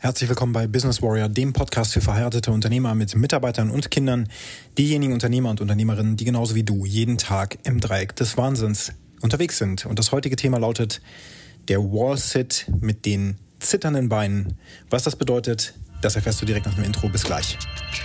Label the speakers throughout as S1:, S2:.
S1: Herzlich willkommen bei Business Warrior, dem Podcast für verheiratete Unternehmer mit Mitarbeitern und Kindern. Diejenigen Unternehmer und Unternehmerinnen, die genauso wie du jeden Tag im Dreieck des Wahnsinns unterwegs sind. Und das heutige Thema lautet der Wall-Sit mit den zitternden Beinen. Was das bedeutet, das erfährst du direkt nach dem Intro. Bis gleich.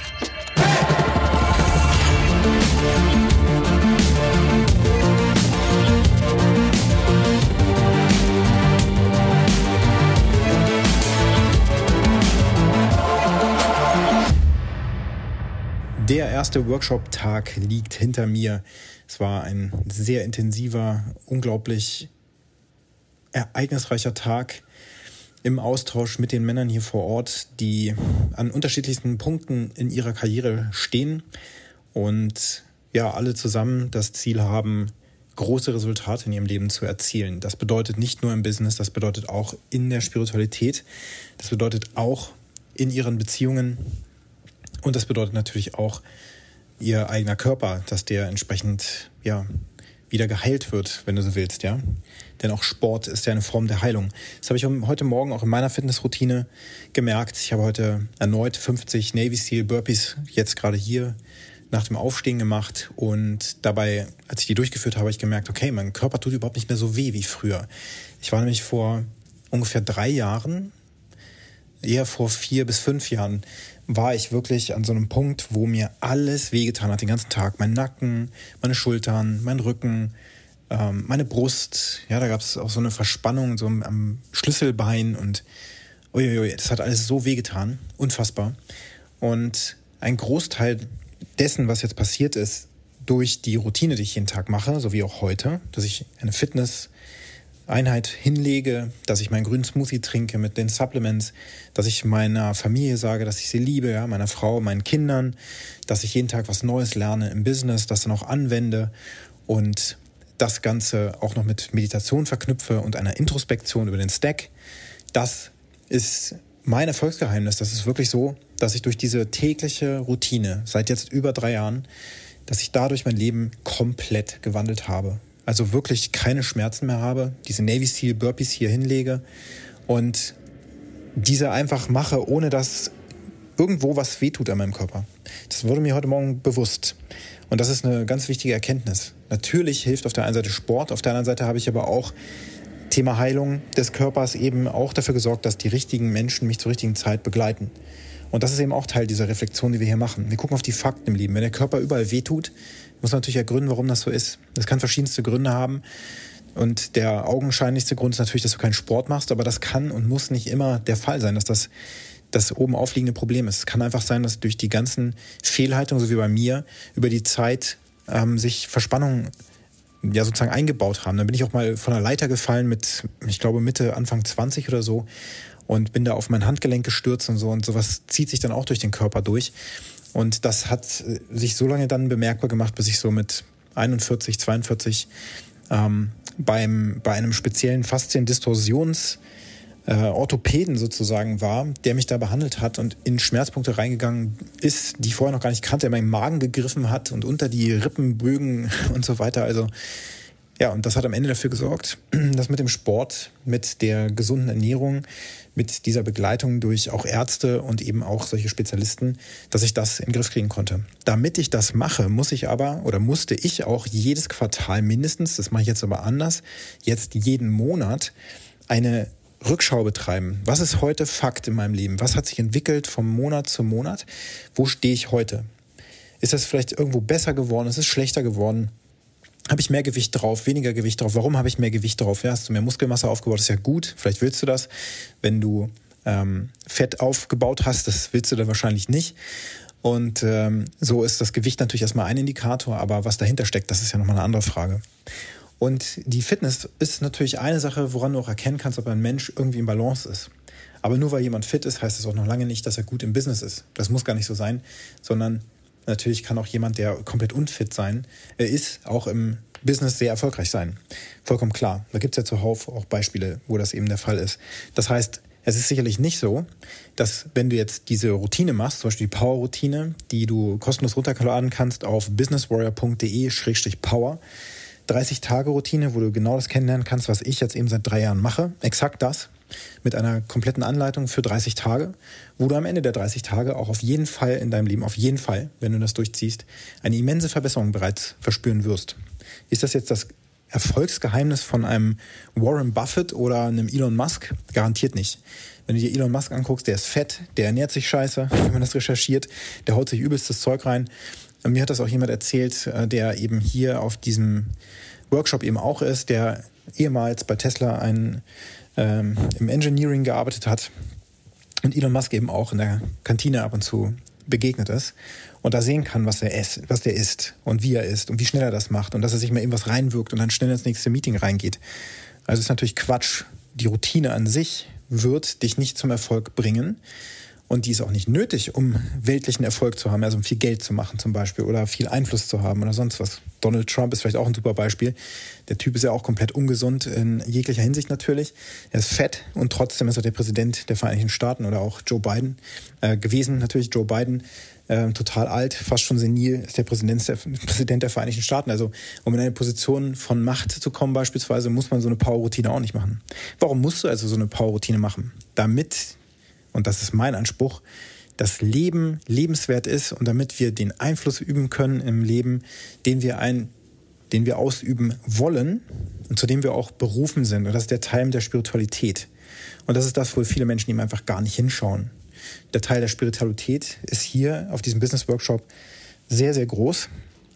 S1: Der erste Workshop-Tag liegt hinter mir. Es war ein sehr intensiver, unglaublich ereignisreicher Tag im Austausch mit den Männern hier vor Ort, die an unterschiedlichsten Punkten in ihrer Karriere stehen und ja, alle zusammen das Ziel haben, große Resultate in ihrem Leben zu erzielen. Das bedeutet nicht nur im Business, das bedeutet auch in der Spiritualität, das bedeutet auch in ihren Beziehungen. Und das bedeutet natürlich auch ihr eigener Körper, dass der entsprechend wieder geheilt wird, wenn du so willst, ja. Denn auch Sport ist ja eine Form der Heilung. Das habe ich heute Morgen auch in meiner Fitnessroutine gemerkt. Ich habe heute erneut 50 Navy Seal Burpees jetzt gerade hier nach dem Aufstehen gemacht. Und dabei, als ich die durchgeführt habe, habe ich gemerkt, okay, mein Körper tut überhaupt nicht mehr so weh wie früher. Ich war nämlich vor ungefähr 3 Jahren, eher vor 4 bis 5 Jahren, war ich wirklich an so einem Punkt, wo mir alles wehgetan hat den ganzen Tag. Mein Nacken, meine Schultern, mein Rücken, meine Brust. Ja, da gab es auch so eine Verspannung so am Schlüsselbein und uiuiui, das hat alles so wehgetan. Unfassbar. Und ein Großteil dessen, was jetzt passiert ist, durch die Routine, die ich jeden Tag mache, so wie auch heute, dass ich eine Fitness-Einheit hinlege, dass ich meinen grünen Smoothie trinke mit den Supplements, dass ich meiner Familie sage, dass ich sie liebe, ja, meiner Frau, meinen Kindern, dass ich jeden Tag was Neues lerne im Business, das dann auch anwende und das Ganze auch noch mit Meditation verknüpfe und einer Introspektion über den Stack. Das ist mein Erfolgsgeheimnis. Das ist wirklich so, dass ich durch diese tägliche Routine seit jetzt über 3 Jahren, dass ich dadurch mein Leben komplett gewandelt habe. Also wirklich keine Schmerzen mehr habe, diese Navy Seal Burpees hier hinlege und diese einfach mache, ohne dass irgendwo was wehtut an meinem Körper. Das wurde mir heute Morgen bewusst. Und das ist eine ganz wichtige Erkenntnis. Natürlich hilft auf der einen Seite Sport, auf der anderen Seite habe ich aber auch Thema Heilung des Körpers eben auch dafür gesorgt, dass die richtigen Menschen mich zur richtigen Zeit begleiten. Und das ist eben auch Teil dieser Reflexion, die wir hier machen. Wir gucken auf die Fakten im Leben. Wenn der Körper überall wehtut, muss man natürlich ergründen, warum das so ist. Das kann verschiedenste Gründe haben. Und der augenscheinlichste Grund ist natürlich, dass du keinen Sport machst. Aber das kann und muss nicht immer der Fall sein, dass das oben aufliegende Problem ist. Es kann einfach sein, dass durch die ganzen Fehlhaltungen, so wie bei mir, über die Zeit sich Verspannungen ja sozusagen eingebaut haben. Dann bin ich auch mal von einer Leiter gefallen mit, ich glaube, Mitte, Anfang 20 oder so und bin da auf mein Handgelenk gestürzt und so. Und sowas zieht sich dann auch durch den Körper durch. Und das hat sich so lange dann bemerkbar gemacht, bis ich so mit 41, 42 bei einem speziellen Faszien-Distorsions-Orthopäden sozusagen war, der mich da behandelt hat und in Schmerzpunkte reingegangen ist, die ich vorher noch gar nicht kannte, der meinen Magen gegriffen hat und unter die Rippenbögen und so weiter. Also ja, und das hat am Ende dafür gesorgt, dass mit dem Sport, mit der gesunden Ernährung, mit dieser Begleitung durch auch Ärzte und eben auch solche Spezialisten, dass ich das in den Griff kriegen konnte. Damit ich das mache, musste ich auch jedes Quartal mindestens, das mache ich jetzt aber anders, jetzt jeden Monat eine Rückschau betreiben. Was ist heute Fakt in meinem Leben? Was hat sich entwickelt vom Monat zu Monat? Wo stehe ich heute? Ist das vielleicht irgendwo besser geworden? Ist es schlechter geworden? Habe ich mehr Gewicht drauf, weniger Gewicht drauf? Warum habe ich mehr Gewicht drauf? Ja, hast du mehr Muskelmasse aufgebaut? Das ist ja gut. Vielleicht willst du das. Wenn du Fett aufgebaut hast, das willst du dann wahrscheinlich nicht. Und so ist das Gewicht natürlich erstmal ein Indikator, aber was dahinter steckt, das ist ja nochmal eine andere Frage. Und die Fitness ist natürlich eine Sache, woran du auch erkennen kannst, ob ein Mensch irgendwie im Balance ist. Aber nur weil jemand fit ist, heißt das auch noch lange nicht, dass er gut im Business ist. Das muss gar nicht so sein, sondern natürlich kann auch jemand, der komplett unfit ist, auch im Business sehr erfolgreich sein. Vollkommen klar. Da gibt es ja zuhauf auch Beispiele, wo das eben der Fall ist. Das heißt, es ist sicherlich nicht so, dass wenn du jetzt diese Routine machst, zum Beispiel die Power-Routine, die du kostenlos runterladen kannst auf businesswarrior.de/power, 30-Tage-Routine, wo du genau das kennenlernen kannst, was ich jetzt eben seit 3 Jahren mache. Exakt das. mit einer kompletten Anleitung für 30 Tage, wo du am Ende der 30 Tage auch auf jeden Fall in deinem Leben, auf jeden Fall, wenn du das durchziehst, eine immense Verbesserung bereits verspüren wirst. Ist das jetzt das Erfolgsgeheimnis von einem Warren Buffett oder einem Elon Musk? Garantiert nicht. Wenn du dir Elon Musk anguckst, der ist fett, der ernährt sich scheiße, wenn man das recherchiert, der haut sich übelstes Zeug rein. Mir hat das auch jemand erzählt, der eben hier auf diesem Workshop eben auch ist, der ehemals bei Tesla im Engineering gearbeitet hat und Elon Musk eben auch in der Kantine ab und zu begegnet ist und da sehen kann, was der isst und wie er isst und wie schnell er das macht und dass er sich mal irgendwas reinwirkt und dann schnell ins nächste Meeting reingeht. Also ist natürlich Quatsch. Die Routine an sich wird dich nicht zum Erfolg bringen. Und die ist auch nicht nötig, um weltlichen Erfolg zu haben, also um viel Geld zu machen zum Beispiel oder viel Einfluss zu haben oder sonst was. Donald Trump ist vielleicht auch ein super Beispiel. Der Typ ist ja auch komplett ungesund in jeglicher Hinsicht natürlich. Er ist fett und trotzdem ist er der Präsident der Vereinigten Staaten oder auch Joe Biden gewesen. Natürlich Joe Biden, total alt, fast schon senil, ist der Präsident der Vereinigten Staaten. Also um in eine Position von Macht zu kommen beispielsweise, muss man so eine Power-Routine auch nicht machen. Warum musst du also so eine Power-Routine machen? Damit, und das ist mein Anspruch, das Leben lebenswert ist und damit wir den Einfluss üben können im Leben, den wir ausüben wollen und zu dem wir auch berufen sind. Und das ist der Teil der Spiritualität. Und das ist das, wo viele Menschen eben einfach gar nicht hinschauen. Der Teil der Spiritualität ist hier auf diesem Business Workshop sehr, sehr groß.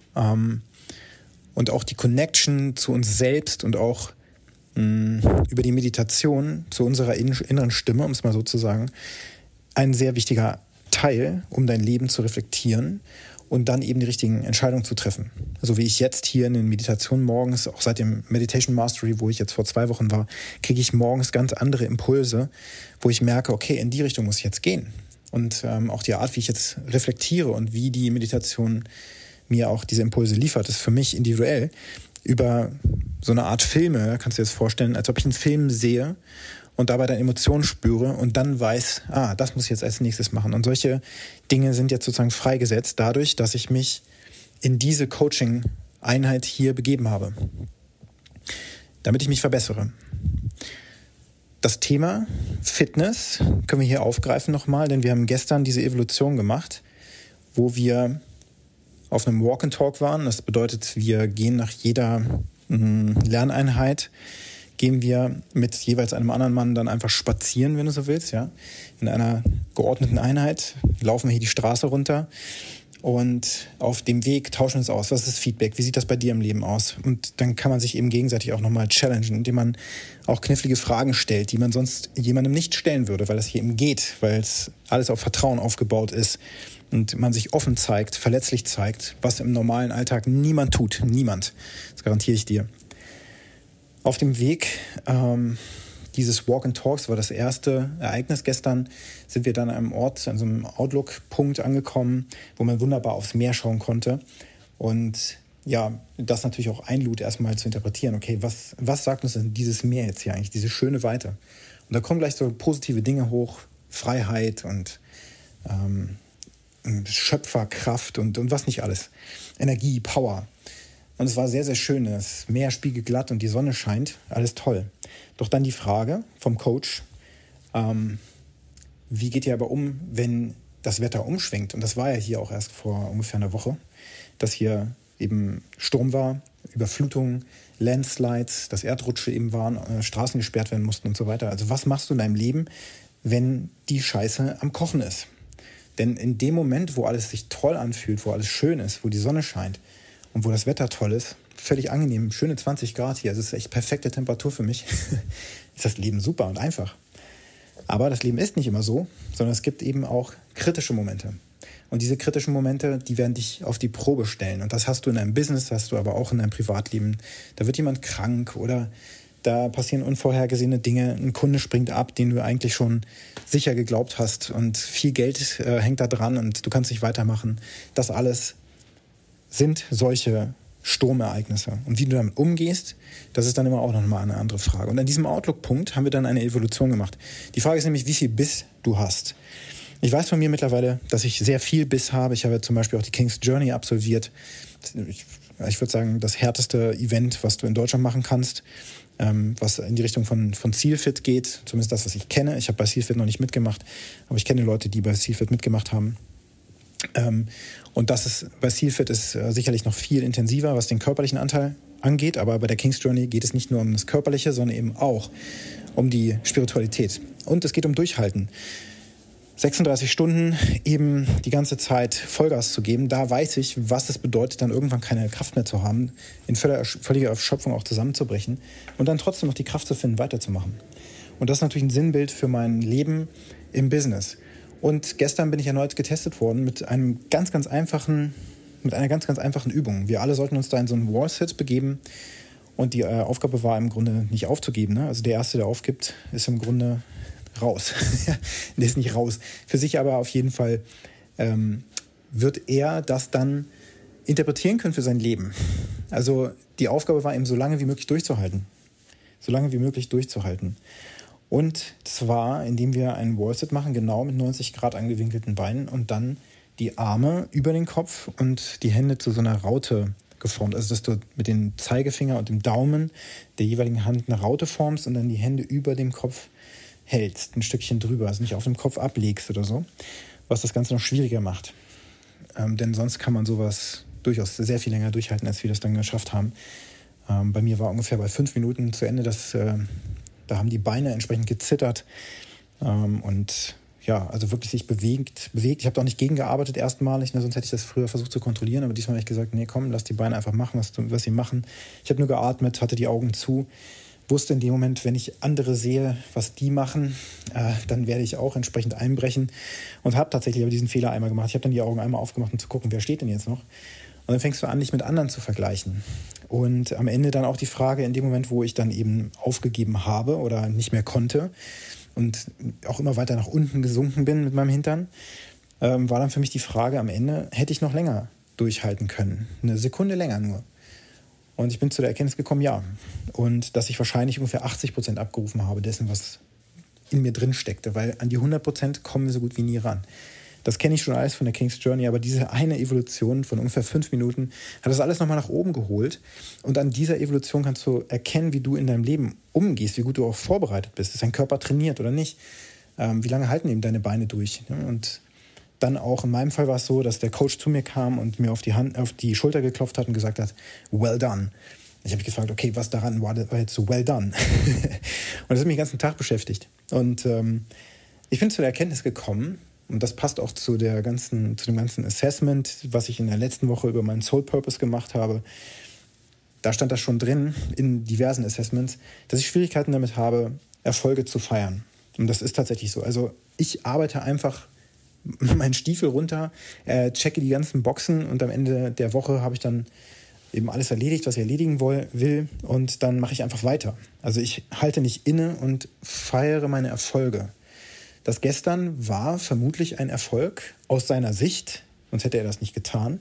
S1: Und auch die Connection zu uns selbst und auch über die Meditation zu unserer inneren Stimme, um es mal so zu sagen, ein sehr wichtiger Teil, um dein Leben zu reflektieren und dann eben die richtigen Entscheidungen zu treffen. So wie ich jetzt hier in den Meditationen morgens, auch seit dem Meditation Mastery, wo ich jetzt vor 2 Wochen war, kriege ich morgens ganz andere Impulse, wo ich merke, okay, in die Richtung muss ich jetzt gehen. Und auch die Art, wie ich jetzt reflektiere und wie die Meditation mir auch diese Impulse liefert, ist für mich individuell. Über so eine Art Filme, kannst du dir das vorstellen, als ob ich einen Film sehe und dabei dann Emotionen spüre und dann weiß, das muss ich jetzt als nächstes machen. Und solche Dinge sind jetzt sozusagen freigesetzt dadurch, dass ich mich in diese Coaching-Einheit hier begeben habe, damit ich mich verbessere. Das Thema Fitness können wir hier aufgreifen nochmal, denn wir haben gestern diese Evolution gemacht, wo wir auf einem Walk and Talk waren. Das bedeutet, wir gehen nach jeder Lerneinheit, gehen wir mit jeweils einem anderen Mann dann einfach spazieren, wenn du so willst, ja. In einer geordneten Einheit laufen wir hier die Straße runter und auf dem Weg tauschen wir uns aus. Was ist das Feedback? Wie sieht das bei dir im Leben aus? Und dann kann man sich eben gegenseitig auch nochmal challengen, indem man auch knifflige Fragen stellt, die man sonst jemandem nicht stellen würde, weil das hier eben geht, weil es alles auf Vertrauen aufgebaut ist. Und man sich offen zeigt, verletzlich zeigt, was im normalen Alltag niemand tut. Niemand. Das garantiere ich dir. Auf dem Weg dieses Walk and Talks war das erste Ereignis gestern, sind wir dann an einem Ort, an so einem Outlook-Punkt angekommen, wo man wunderbar aufs Meer schauen konnte. Und ja, das natürlich auch einlud, erstmal zu interpretieren. Okay, was sagt uns denn dieses Meer jetzt hier eigentlich, diese schöne Weite? Und da kommen gleich so positive Dinge hoch, Freiheit und Schöpferkraft und was nicht alles. Energie, Power. Und es war sehr, sehr schön. Das Meer spiegelt glatt und die Sonne scheint. Alles toll. Doch dann die Frage vom Coach, wie geht ihr aber um, wenn das Wetter umschwingt? Und das war ja hier auch erst vor ungefähr einer Woche, dass hier eben Sturm war, Überflutungen, Landslides, dass Erdrutsche eben waren, Straßen gesperrt werden mussten und so weiter. Also was machst du in deinem Leben, wenn die Scheiße am Kochen ist? Denn in dem Moment, wo alles sich toll anfühlt, wo alles schön ist, wo die Sonne scheint und wo das Wetter toll ist, völlig angenehm, schöne 20 Grad hier, also es ist echt perfekte Temperatur für mich, ist das Leben super und einfach. Aber das Leben ist nicht immer so, sondern es gibt eben auch kritische Momente. Und diese kritischen Momente, die werden dich auf die Probe stellen. Und das hast du in deinem Business, das hast du aber auch in deinem Privatleben. Da wird jemand krank oder da passieren unvorhergesehene Dinge. Ein Kunde springt ab, den du eigentlich schon sicher geglaubt hast. Und viel Geld hängt da dran und du kannst nicht weitermachen. Das alles sind solche Sturmereignisse. Und wie du damit umgehst, das ist dann immer auch noch mal eine andere Frage. Und an diesem Outlook-Punkt haben wir dann eine Evolution gemacht. Die Frage ist nämlich, wie viel Biss du hast. Ich weiß von mir mittlerweile, dass ich sehr viel Biss habe. Ich habe zum Beispiel auch die King's Journey absolviert. Ich würde sagen, das härteste Event, was du in Deutschland machen kannst. was in die Richtung von SEALFIT geht, zumindest das, was ich kenne. Ich habe bei SEALFIT noch nicht mitgemacht, aber ich kenne Leute, die bei SEALFIT mitgemacht haben. Und bei SEALFIT ist sicherlich noch viel intensiver, was den körperlichen Anteil angeht, aber bei der King's Journey geht es nicht nur um das Körperliche, sondern eben auch um die Spiritualität. Und es geht um Durchhalten. 36 Stunden eben die ganze Zeit Vollgas zu geben, da weiß ich, was es bedeutet, dann irgendwann keine Kraft mehr zu haben, in völliger Erschöpfung auch zusammenzubrechen und dann trotzdem noch die Kraft zu finden, weiterzumachen. Und das ist natürlich ein Sinnbild für mein Leben im Business. Und gestern bin ich erneut getestet worden mit einer ganz, ganz einfachen Übung. Wir alle sollten uns da in so einen Wall-Sit begeben und die Aufgabe war im Grunde nicht aufzugeben. Ne? Also der Erste, der aufgibt, ist im Grunde raus. Der ist nicht raus. Für sich aber auf jeden Fall wird er das dann interpretieren können für sein Leben. Also die Aufgabe war eben so lange wie möglich durchzuhalten. So lange wie möglich durchzuhalten. Und zwar, indem wir einen Wall-Sit machen, genau mit 90 Grad angewinkelten Beinen und dann die Arme über den Kopf und die Hände zu so einer Raute geformt. Also dass du mit dem Zeigefinger und dem Daumen der jeweiligen Hand eine Raute formst und dann die Hände über dem Kopf hältst, ein Stückchen drüber, also nicht auf dem Kopf ablegst oder so, was das Ganze noch schwieriger macht. Denn sonst kann man sowas durchaus sehr viel länger durchhalten, als wir das dann geschafft haben. Bei mir war ungefähr bei 5 Minuten zu Ende, da haben die Beine entsprechend gezittert und ja, also wirklich sich bewegt. Ich habe da auch nicht gegengearbeitet erstmalig, ne, sonst hätte ich das früher versucht zu kontrollieren, aber diesmal habe ich gesagt, nee, komm, lass die Beine einfach machen, was sie machen. Ich habe nur geatmet, hatte die Augen zu, wusste in dem Moment, wenn ich andere sehe, was die machen, dann werde ich auch entsprechend einbrechen und habe tatsächlich aber diesen Fehler einmal gemacht. Ich habe dann die Augen einmal aufgemacht, um zu gucken, wer steht denn jetzt noch? Und dann fängst du an, dich mit anderen zu vergleichen. Und am Ende dann auch die Frage, in dem Moment, wo ich dann eben aufgegeben habe oder nicht mehr konnte und auch immer weiter nach unten gesunken bin mit meinem Hintern, war dann für mich die Frage am Ende, hätte ich noch länger durchhalten können? Eine Sekunde länger nur. Und ich bin zu der Erkenntnis gekommen, ja. Und dass ich wahrscheinlich ungefähr 80% abgerufen habe dessen, was in mir drin steckte. Weil an die 100% kommen wir so gut wie nie ran. Das kenne ich schon alles von der King's Journey, aber diese eine Evolution von ungefähr 5 Minuten hat das alles nochmal nach oben geholt. Und an dieser Evolution kannst du erkennen, wie du in deinem Leben umgehst, wie gut du auch vorbereitet bist. Ist dein Körper trainiert oder nicht? Wie lange halten eben deine Beine durch? Und dann auch in meinem Fall war es so, dass der Coach zu mir kam und mir auf die Schulter geklopft hat und gesagt hat, well done. Ich habe mich gefragt, okay, was daran war jetzt so well done? Und das hat mich den ganzen Tag beschäftigt. Und ich bin zu der Erkenntnis gekommen, und das passt auch zu dem ganzen Assessment, was ich in der letzten Woche über meinen Soul Purpose gemacht habe. Da stand das schon drin in diversen Assessments, dass ich Schwierigkeiten damit habe, Erfolge zu feiern. Und das ist tatsächlich so. Also ich arbeite einfach meinen Stiefel runter, checke die ganzen Boxen und am Ende der Woche habe ich dann eben alles erledigt, was ich erledigen will und dann mache ich einfach weiter. Also ich halte nicht inne und feiere meine Erfolge. Das gestern war vermutlich ein Erfolg aus seiner Sicht, sonst hätte er das nicht getan.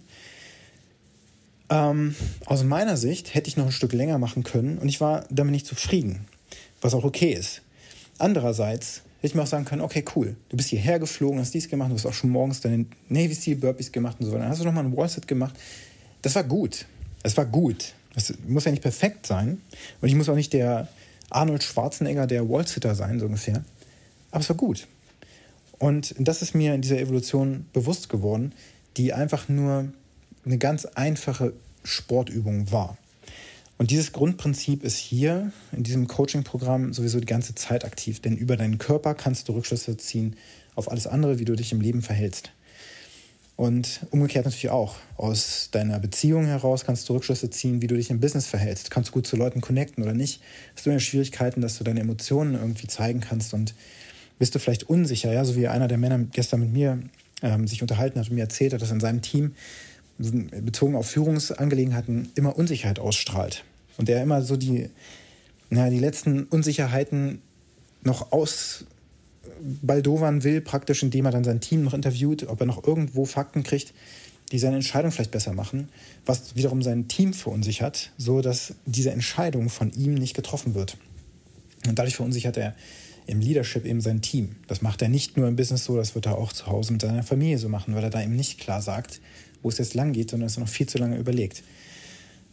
S1: Aus meiner Sicht hätte ich noch ein Stück länger machen können und ich war damit nicht zufrieden, was auch okay ist. Andererseits hätte ich mir auch sagen können, okay, cool, du bist hierher geflogen, hast dies gemacht, du hast auch schon morgens deine Navy Seal Burpees gemacht und so, dann hast du nochmal einen Wall-Sit gemacht. Das war gut. Das muss ja nicht perfekt sein und ich muss auch nicht der Arnold Schwarzenegger der Wall-Sitter sein, so ungefähr. Aber es war gut. Und das ist mir in dieser Evolution bewusst geworden, die einfach nur eine ganz einfache Sportübung war. Und dieses Grundprinzip ist hier in diesem Coaching-Programm sowieso die ganze Zeit aktiv. Denn über deinen Körper kannst du Rückschlüsse ziehen auf alles andere, wie du dich im Leben verhältst. Und umgekehrt natürlich auch. Aus deiner Beziehung heraus kannst du Rückschlüsse ziehen, wie du dich im Business verhältst. Kannst du gut zu Leuten connecten oder nicht? Hast du eine Schwierigkeiten, dass du deine Emotionen irgendwie zeigen kannst und bist du vielleicht unsicher? Ja, so wie einer der Männer gestern mit mir sich unterhalten hat und mir erzählt hat, dass in seinem Team bezogen auf Führungsangelegenheiten immer Unsicherheit ausstrahlt. Und der immer so die letzten Unsicherheiten noch ausbaldowern will, praktisch, indem er dann sein Team noch interviewt, ob er noch irgendwo Fakten kriegt, die seine Entscheidung vielleicht besser machen, was wiederum sein Team verunsichert, so dass diese Entscheidung von ihm nicht getroffen wird. Und dadurch verunsichert er im Leadership eben sein Team. Das macht er nicht nur im Business so, das wird er auch zu Hause mit seiner Familie so machen, weil er da eben nicht klar sagt, wo es jetzt lang geht, sondern es noch viel zu lange überlegt.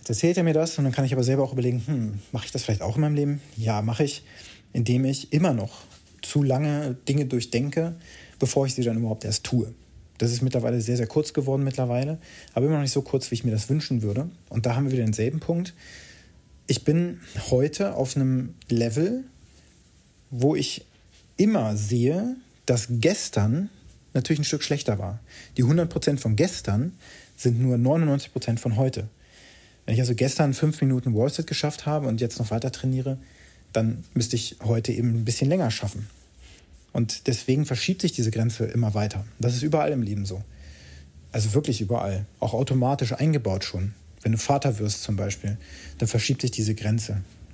S1: erzählt er mir das und dann kann ich aber selber auch überlegen, mache ich das vielleicht auch in meinem Leben? Ja, mache ich, indem ich immer noch zu lange Dinge durchdenke, bevor ich sie dann überhaupt erst tue. Das ist mittlerweile sehr, sehr kurz geworden mittlerweile, aber immer noch nicht so kurz, wie ich mir das wünschen würde. Und da haben wir wieder denselben Punkt. Ich bin heute auf einem Level, wo ich immer sehe, dass gestern natürlich ein Stück schlechter war. Die 100% von gestern sind nur 99% von heute. Wenn ich also gestern 5 Minuten Wall-Sit geschafft habe und jetzt noch weiter trainiere, dann müsste ich heute eben ein bisschen länger schaffen. Und deswegen verschiebt sich diese Grenze immer weiter. Das ist überall im Leben so. Also wirklich überall. Auch automatisch eingebaut schon. Wenn du Vater wirst zum Beispiel, dann verschiebt sich diese Grenze.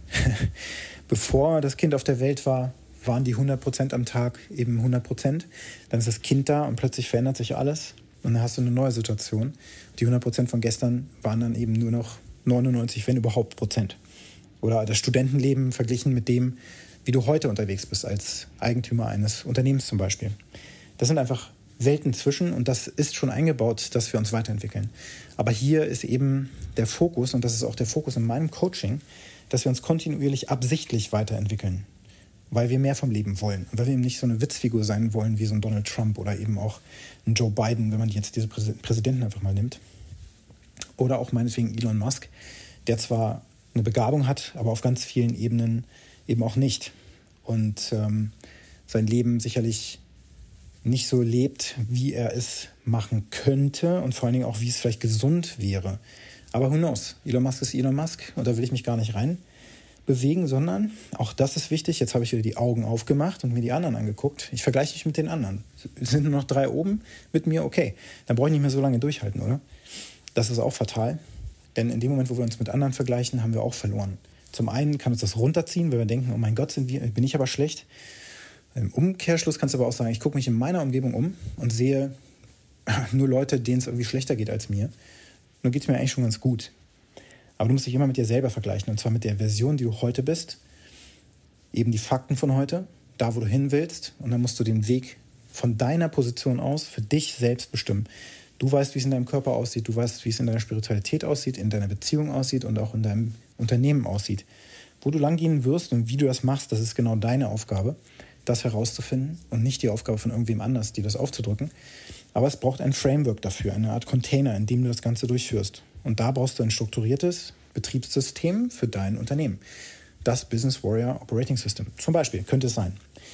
S1: Bevor das Kind auf der Welt war, waren die 100% am Tag eben 100%. Dann ist das Kind da und plötzlich verändert sich alles. Und dann hast du eine neue Situation. Die 100% von gestern waren dann eben nur noch 99, wenn überhaupt, Prozent. Oder das Studentenleben verglichen mit dem, wie du heute unterwegs bist als Eigentümer eines Unternehmens zum Beispiel. Das sind einfach Welten zwischen und das ist schon eingebaut, dass wir uns weiterentwickeln. Aber hier ist eben der Fokus, und das ist auch der Fokus in meinem Coaching, dass wir uns kontinuierlich absichtlich weiterentwickeln, weil wir mehr vom Leben wollen. Und weil wir eben nicht so eine Witzfigur sein wollen wie so ein Donald Trump oder eben auch ein Joe Biden, wenn man jetzt diese Präsidenten einfach mal nimmt. Oder auch meinetwegen Elon Musk, der zwar eine Begabung hat, aber auf ganz vielen Ebenen eben auch nicht. Und sein Leben sicherlich nicht so lebt, wie er es machen könnte und vor allen Dingen auch, wie es vielleicht gesund wäre. Aber who knows? Elon Musk ist Elon Musk und da will ich mich gar nicht rein bewegen, sondern auch das ist wichtig. Jetzt habe ich wieder die Augen aufgemacht und mir die anderen angeguckt. Ich vergleiche mich mit den anderen. Es sind nur noch 3 oben mit mir, okay. Dann brauche ich nicht mehr so lange durchhalten, oder? Das ist auch fatal, denn in dem Moment, wo wir uns mit anderen vergleichen, haben wir auch verloren. Zum einen kann uns das runterziehen, weil wir denken, oh mein Gott, bin ich aber schlecht. Im Umkehrschluss kannst du aber auch sagen, ich gucke mich in meiner Umgebung um und sehe nur Leute, denen es irgendwie schlechter geht als mir. Nun geht es mir eigentlich schon ganz gut. Aber du musst dich immer mit dir selber vergleichen. Und zwar mit der Version, die du heute bist. Eben die Fakten von heute, da wo du hin willst. Und dann musst du den Weg von deiner Position aus für dich selbst bestimmen. Du weißt, wie es in deinem Körper aussieht. Du weißt, wie es in deiner Spiritualität aussieht, in deiner Beziehung aussieht und auch in deinem Unternehmen aussieht. Wo du langgehen wirst und wie du das machst, das ist genau deine Aufgabe, das herauszufinden und nicht die Aufgabe von irgendwem anders, dir das aufzudrücken. Aber es braucht ein Framework dafür, eine Art Container, in dem du das Ganze durchführst. Und da brauchst du ein strukturiertes Betriebssystem für dein Unternehmen. Das Business Warrior Operating System zum Beispiel könnte es sein.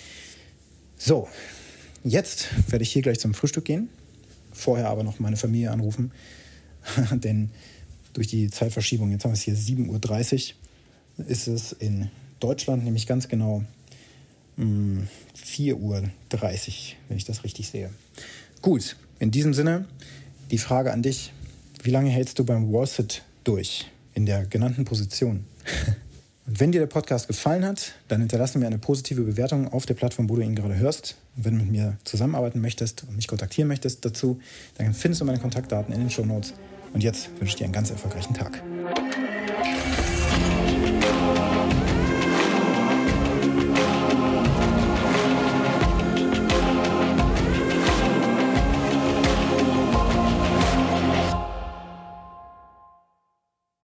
S1: So, jetzt werde ich hier gleich zum Frühstück gehen. Vorher aber noch meine Familie anrufen, denn durch die Zeitverschiebung, jetzt haben wir es hier 7:30 Uhr, ist es in Deutschland nämlich ganz genau 4:30 Uhr, wenn ich das richtig sehe. Gut, in diesem Sinne die Frage an dich, wie lange hältst du beim Wall-Sit durch in der genannten Position? Und wenn dir der Podcast gefallen hat, dann hinterlasse mir eine positive Bewertung auf der Plattform, wo du ihn gerade hörst. Und wenn du mit mir zusammenarbeiten möchtest und mich kontaktieren möchtest dazu, dann findest du meine Kontaktdaten in den Shownotes. Und jetzt wünsche ich dir einen ganz erfolgreichen Tag.